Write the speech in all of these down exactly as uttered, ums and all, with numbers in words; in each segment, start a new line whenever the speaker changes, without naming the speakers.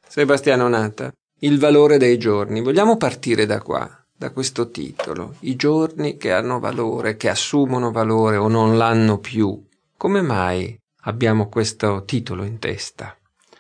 Sebastiano Nata, il valore dei giorni. Vogliamo partire da qua, da questo titolo. I giorni che hanno valore, che assumono valore o non l'hanno più. Come mai abbiamo questo titolo in testa?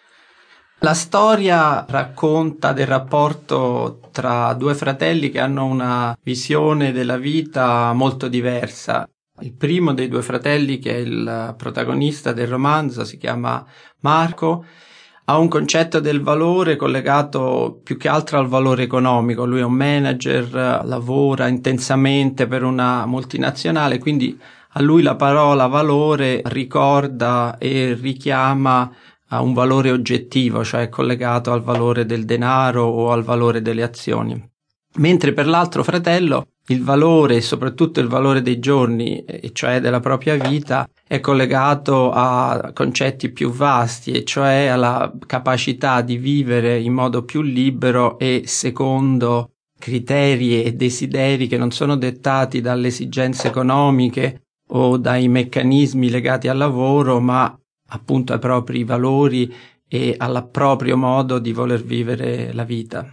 La storia racconta del rapporto tra due fratelli che hanno una visione della vita molto diversa. Il primo dei due fratelli, che è il protagonista del romanzo, si chiama Marco, ha un concetto del valore collegato più che altro al valore economico. Lui è un manager, lavora intensamente per una multinazionale, quindi a lui la parola valore ricorda e richiama a un valore oggettivo, cioè collegato al valore del denaro o al valore delle azioni. Mentre per l'altro fratello il valore, e soprattutto il valore dei giorni, e cioè della propria vita, è collegato a concetti più vasti, e cioè alla capacità di vivere in modo più libero e secondo criteri e desideri che non sono dettati dalle esigenze economiche o dai meccanismi legati al lavoro, ma appunto ai propri valori e al proprio modo di voler vivere la vita.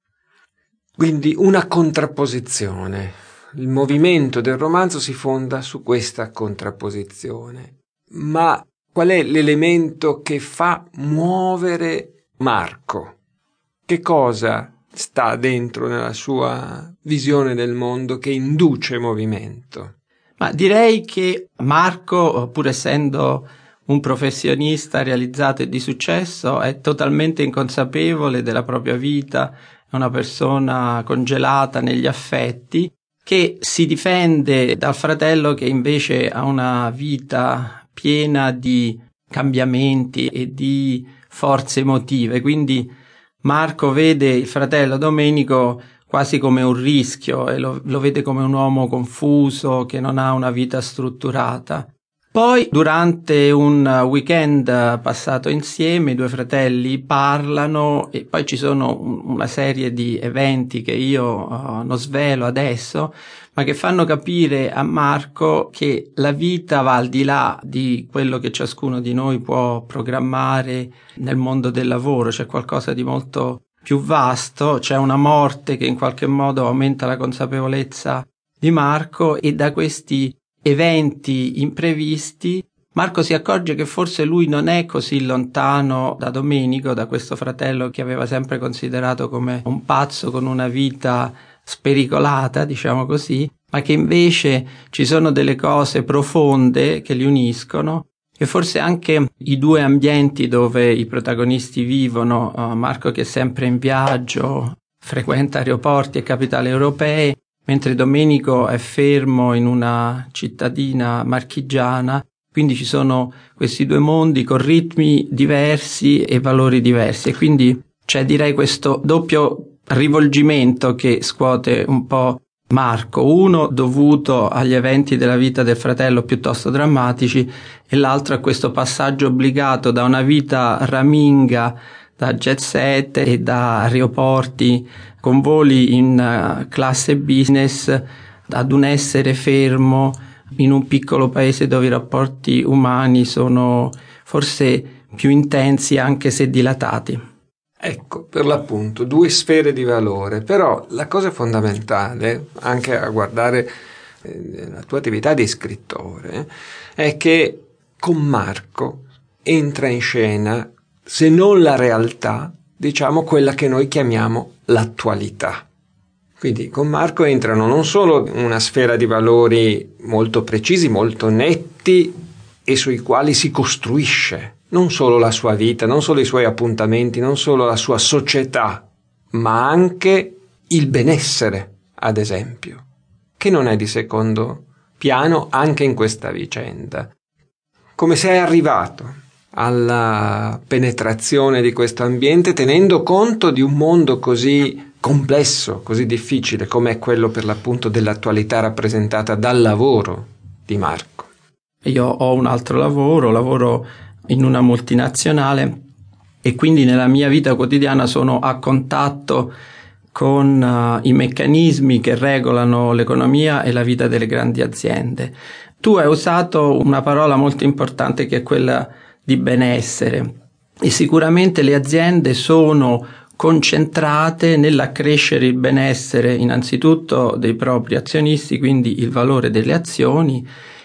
Quindi una contrapposizione. Il movimento del romanzo si fonda su questa contrapposizione. Ma qual è l'elemento che fa muovere Marco? Che cosa sta dentro nella sua visione del mondo che induce movimento?
Ma direi che Marco, pur essendo un professionista realizzato e di successo, è totalmente inconsapevole della propria vita, è una persona congelata negli affetti, che si difende dal fratello che invece ha una vita piena di cambiamenti e di forze emotive. Quindi Marco vede il fratello Domenico quasi come un rischio e lo, lo vede come un uomo confuso che non ha una vita strutturata. Poi, durante un weekend passato insieme, i due fratelli parlano e poi ci sono una serie di eventi che io uh, non svelo adesso, ma che fanno capire a Marco che la vita va al di là di quello che ciascuno di noi può programmare nel mondo del lavoro. C'è qualcosa di molto più vasto, c'è una morte che in qualche modo aumenta la consapevolezza di Marco, e da questi eventi imprevisti Marco si accorge che forse lui non è così lontano da Domenico, da questo fratello che aveva sempre considerato come un pazzo con una vita spericolata, diciamo così, ma che invece ci sono delle cose profonde che li uniscono, e forse anche i due ambienti dove i protagonisti vivono, uh, Marco che è sempre in viaggio, frequenta aeroporti e capitali europee, mentre Domenico è fermo in una cittadina marchigiana. Quindi ci sono questi due mondi con ritmi diversi e valori diversi, e quindi c'è, direi, questo doppio rivolgimento che scuote un po' Marco, uno dovuto agli eventi della vita del fratello piuttosto drammatici, e l'altro a questo passaggio obbligato da una vita raminga, da jet set e da aeroporti con voli in uh, classe business, ad un essere fermo in un piccolo paese dove i rapporti umani sono forse più intensi anche se dilatati.
Ecco, per l'appunto, due sfere di valore, però la cosa fondamentale, anche a guardare eh, la tua attività di scrittore, è che con Marco entra in scena, se non la realtà, diciamo quella che noi chiamiamo l'attualità. Quindi con Marco entrano non solo una sfera di valori molto precisi, molto netti, e sui quali si costruisce non solo la sua vita, non solo i suoi appuntamenti, non solo la sua società, ma anche il benessere, ad esempio, che non è di secondo piano anche in questa vicenda. Come sei arrivato alla penetrazione di questo ambiente tenendo conto di un mondo così complesso, così difficile, come è quello per l'appunto dell'attualità rappresentata dal lavoro di Marco?
Io ho un altro lavoro, lavoro in una multinazionale, e quindi nella mia vita quotidiana sono a contatto con uh, i meccanismi che regolano l'economia e la vita delle grandi aziende. Tu hai usato una parola molto importante che è quella di benessere. e sicuramente le aziende sono concentrate nell'accrescere il benessere innanzitutto dei propri azionisti, quindi il valore delle azioni,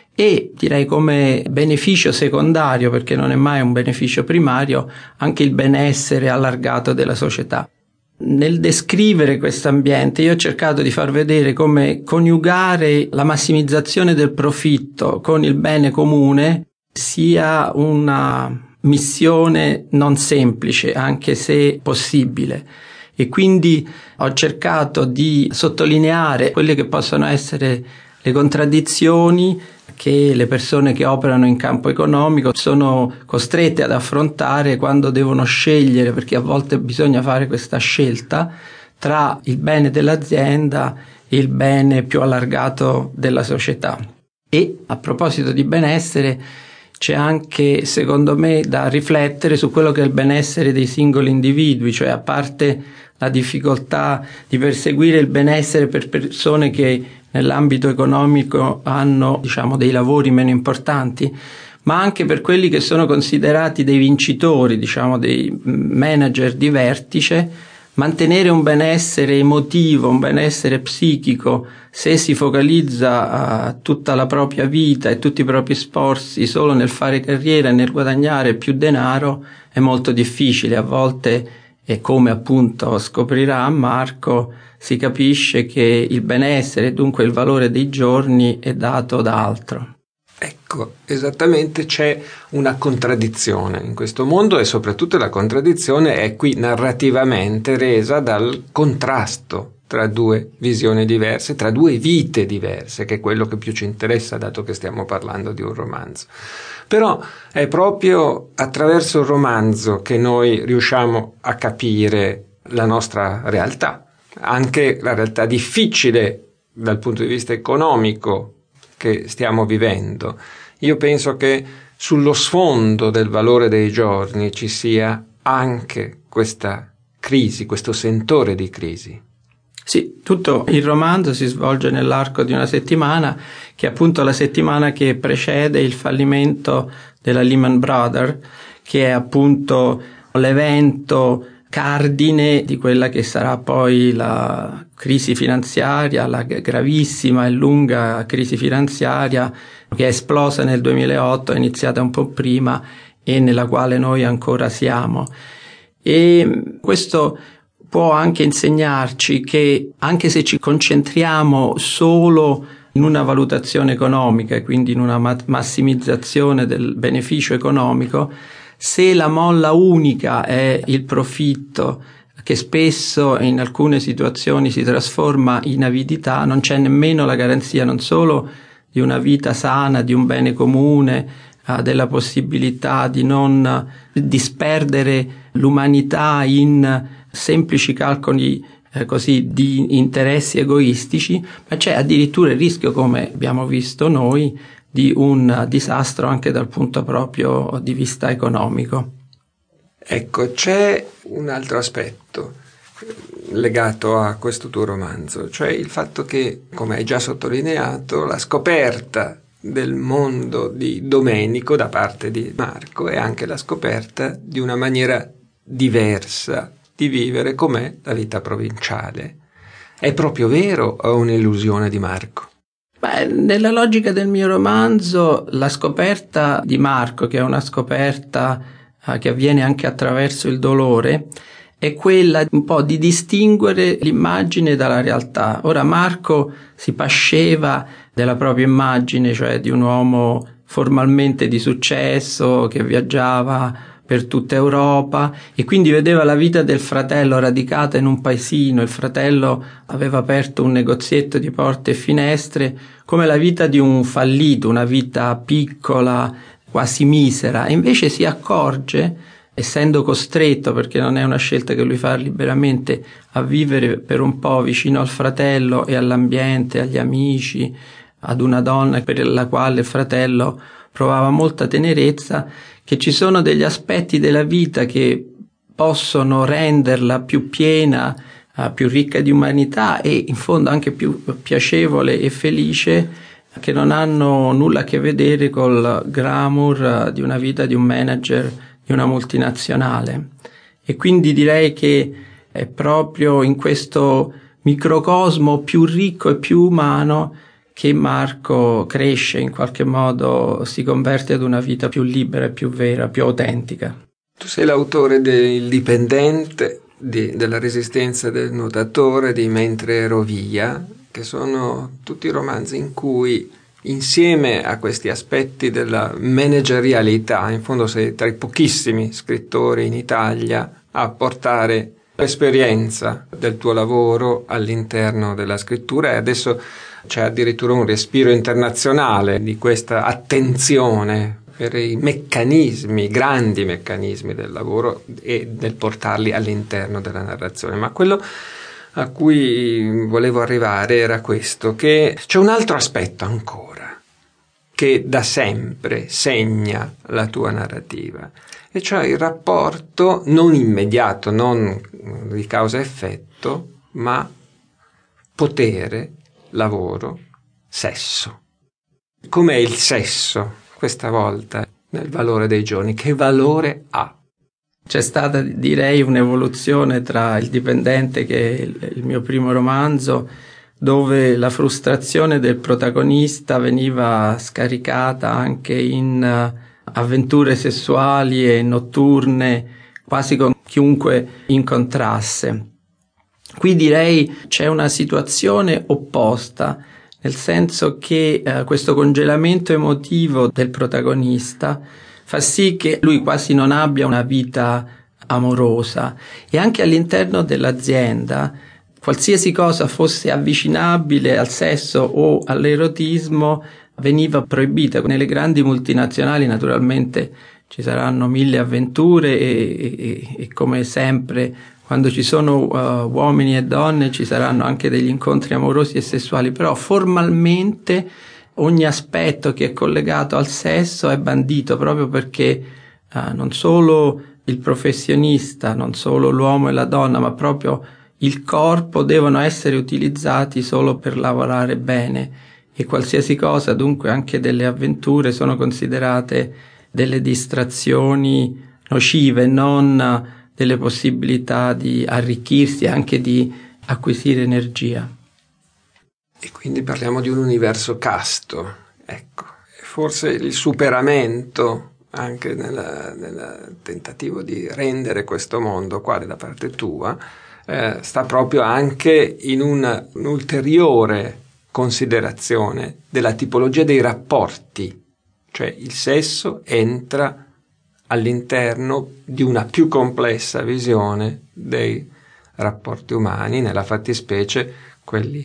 e direi come beneficio secondario, perché non è mai un beneficio primario, anche il benessere allargato della società. Nel descrivere questo ambiente io ho cercato di far vedere come coniugare la massimizzazione del profitto con il bene comune sia una missione non semplice, anche se possibile, e quindi ho cercato di sottolineare quelle che possono essere le contraddizioni che le persone che operano in campo economico sono costrette ad affrontare quando devono scegliere, perché a volte bisogna fare questa scelta tra il bene dell'azienda e il bene più allargato della società. E a proposito di benessere, c'è anche, secondo me, da riflettere su quello che è il benessere dei singoli individui, cioè a parte la difficoltà di perseguire il benessere per persone che nell'ambito economico hanno, diciamo, dei lavori meno importanti, ma anche per quelli che sono considerati dei vincitori, diciamo, dei manager di vertice, mantenere un benessere emotivo, un benessere psichico, se si focalizza uh, tutta la propria vita e tutti i propri sforzi solo nel fare carriera e nel guadagnare più denaro, è molto difficile. A volte, e come appunto scoprirà Marco, si capisce che il benessere e dunque il valore dei giorni è dato da altro.
Ecco, esattamente, c'è una contraddizione in questo mondo, e soprattutto la contraddizione è qui narrativamente resa dal contrasto tra due visioni diverse, tra due vite diverse, che è quello che più ci interessa, dato che stiamo parlando di un romanzo. Però è proprio attraverso il romanzo che noi riusciamo a capire la nostra realtà, anche la realtà difficile dal punto di vista economico che stiamo vivendo. Io penso che sullo sfondo del valore dei giorni ci sia anche questa crisi, questo sentore di crisi.
Sì, tutto il romanzo si svolge nell'arco di una settimana, che è appunto la settimana che precede il fallimento della Lehman Brothers, che è appunto l'evento cardine di quella che sarà poi la crisi finanziaria, la gravissima e lunga crisi finanziaria che è esplosa nel duemilaotto, è iniziata un po' prima e nella quale noi ancora siamo. E questo può anche insegnarci che, anche se ci concentriamo solo in una valutazione economica e quindi in una massimizzazione del beneficio economico, se la molla unica è il profitto, che spesso in alcune situazioni si trasforma in avidità, non c'è nemmeno la garanzia non solo di una vita sana, di un bene comune, eh, della possibilità di non disperdere l'umanità in semplici calcoli eh, così di interessi egoistici, ma c'è addirittura il rischio, come abbiamo visto noi, di un disastro anche dal punto proprio di vista economico.
Ecco, c'è un altro aspetto legato a questo tuo romanzo, cioè il fatto che, come hai già sottolineato, la scoperta del mondo di Domenico da parte di Marco è anche la scoperta di una maniera diversa di vivere, com'è la vita provinciale. È proprio vero o è un'illusione di Marco?
Beh, nella logica del mio romanzo, la scoperta di Marco, che è una scoperta eh, che avviene anche attraverso il dolore, è quella un po' di distinguere l'immagine dalla realtà. Ora Marco si pasceva della propria immagine, cioè di un uomo formalmente di successo che viaggiava per tutta Europa e quindi vedeva la vita del fratello radicata in un paesino. Il fratello aveva aperto un negozietto di porte e finestre, come la vita di un fallito, una vita piccola, quasi misera, e invece si accorge, essendo costretto, perché non è una scelta che lui fa liberamente, a vivere per un po' vicino al fratello e all'ambiente, agli amici, ad una donna per la quale il fratello provava molta tenerezza, che ci sono degli aspetti della vita che possono renderla più piena, più ricca di umanità e in fondo anche più piacevole e felice, che non hanno nulla a che vedere col glamour di una vita di un manager di di una multinazionale. E quindi direi che è proprio in questo microcosmo più ricco e più umano che Marco cresce, in qualche modo si converte ad una vita più libera, più vera, più autentica.
Tu sei l'autore del Dipendente, di, della Resistenza del nuotatore, di Mentre ero via, che sono tutti romanzi in cui, insieme a questi aspetti della managerialità, in fondo sei tra i pochissimi scrittori in Italia a portare l'esperienza del tuo lavoro all'interno della scrittura, e adesso c'è addirittura un respiro internazionale di questa attenzione per i meccanismi, i grandi meccanismi del lavoro e del portarli all'interno della narrazione. Ma quello a cui volevo arrivare era questo, che c'è un altro aspetto ancora che da sempre segna la tua narrativa, e cioè il rapporto non immediato, non di causa-effetto, ma potere, lavoro, sesso. Com'è il sesso questa volta nel Valore dei giorni? Che valore ha?
C'è stata, direi, un'evoluzione tra Il Dipendente, che è il, il mio primo romanzo, dove la frustrazione del protagonista veniva scaricata anche in uh, avventure sessuali e notturne, quasi con chiunque incontrasse. Qui direi c'è una situazione opposta, nel senso che uh, questo congelamento emotivo del protagonista fa sì che lui quasi non abbia una vita amorosa, e anche all'interno dell'azienda qualsiasi cosa fosse avvicinabile al sesso o all'erotismo veniva proibita. Nelle grandi multinazionali naturalmente ci saranno mille avventure e, e, e come sempre quando ci sono uh, uomini e donne ci saranno anche degli incontri amorosi e sessuali, però formalmente ogni aspetto che è collegato al sesso è bandito, proprio perché uh, non solo il professionista, non solo l'uomo e la donna, ma proprio il corpo devono essere utilizzati solo per lavorare bene, e qualsiasi cosa, dunque anche delle avventure, sono considerate delle distrazioni nocive, non delle possibilità di arricchirsi e anche di acquisire energia.
E quindi parliamo di un universo casto, ecco, forse il superamento anche nel, nel tentativo di rendere questo mondo qua da parte tua eh, sta proprio anche in una, un'ulteriore considerazione della tipologia dei rapporti, cioè il sesso entra all'interno di una più complessa visione dei rapporti umani, nella fattispecie quelli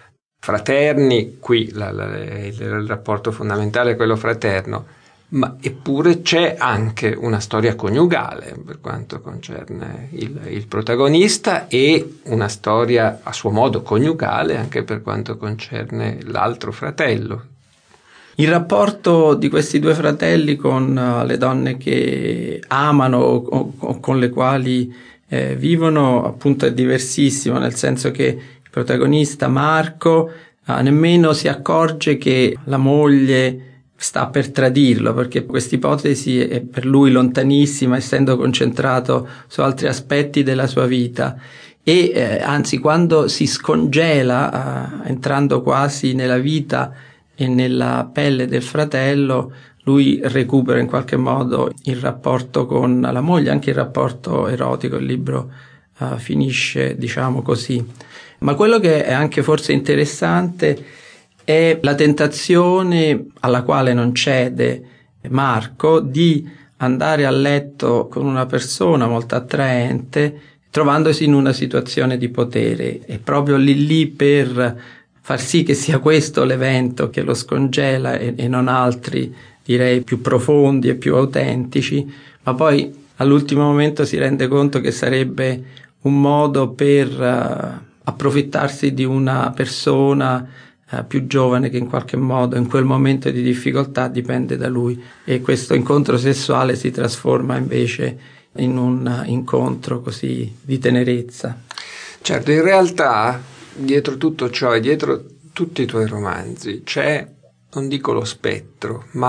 fraterni. Qui la, la, il, il rapporto fondamentale è quello fraterno, ma eppure c'è anche una storia coniugale per quanto concerne il, il protagonista, e una storia a suo modo coniugale anche per quanto concerne l'altro fratello.
Il rapporto di questi due fratelli con uh, le donne che amano o, o con le quali eh, vivono appunto è diversissimo, nel senso che il protagonista Marco uh, nemmeno si accorge che la moglie sta per tradirlo, perché questa ipotesi è per lui lontanissima, essendo concentrato su altri aspetti della sua vita. E eh, anzi, quando si scongela, uh, entrando quasi nella vita e nella pelle del fratello, lui recupera in qualche modo il rapporto con la moglie, anche il rapporto erotico. Il libro uh, finisce, diciamo così. Ma quello che è anche forse interessante è la tentazione alla quale non cede Marco di andare a letto con una persona molto attraente, trovandosi in una situazione di potere. È proprio lì lì per far sì che sia questo l'evento che lo scongela e, e non altri, direi, più profondi e più autentici, ma poi all'ultimo momento si rende conto che sarebbe un modo per uh, approfittarsi di una persona uh, più giovane che in qualche modo in quel momento di difficoltà dipende da lui, e questo incontro sessuale si trasforma invece in un incontro così di tenerezza.
Certo, in realtà dietro tutto ciò e dietro tutti i tuoi romanzi c'è, non dico lo spettro, ma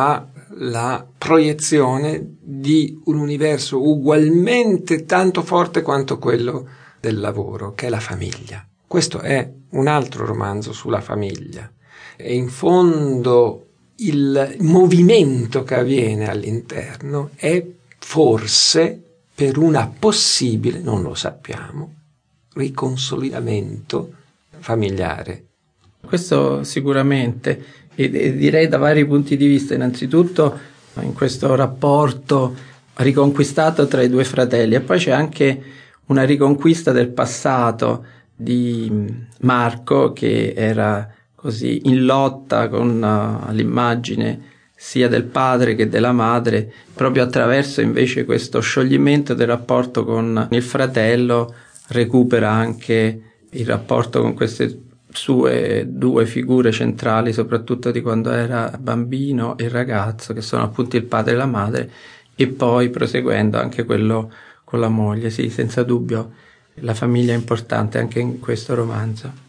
la proiezione di un universo ugualmente tanto forte quanto quello del lavoro, che è la famiglia. Questo è un altro romanzo sulla famiglia. E in fondo il movimento che avviene all'interno è forse per una possibile, non lo sappiamo, riconsolidamento familiare.
Questo sicuramente, e, e direi da vari punti di vista. Innanzitutto in questo rapporto riconquistato tra i due fratelli, e poi c'è anche una riconquista del passato di Marco, che era così in lotta con uh, l'immagine sia del padre che della madre, proprio attraverso invece questo scioglimento del rapporto con il fratello recupera anche il rapporto con queste sue due figure centrali, soprattutto di quando era bambino e ragazzo, che sono appunto il padre e la madre, e poi proseguendo anche quello con la moglie. Sì, senza dubbio la famiglia è importante anche in questo romanzo.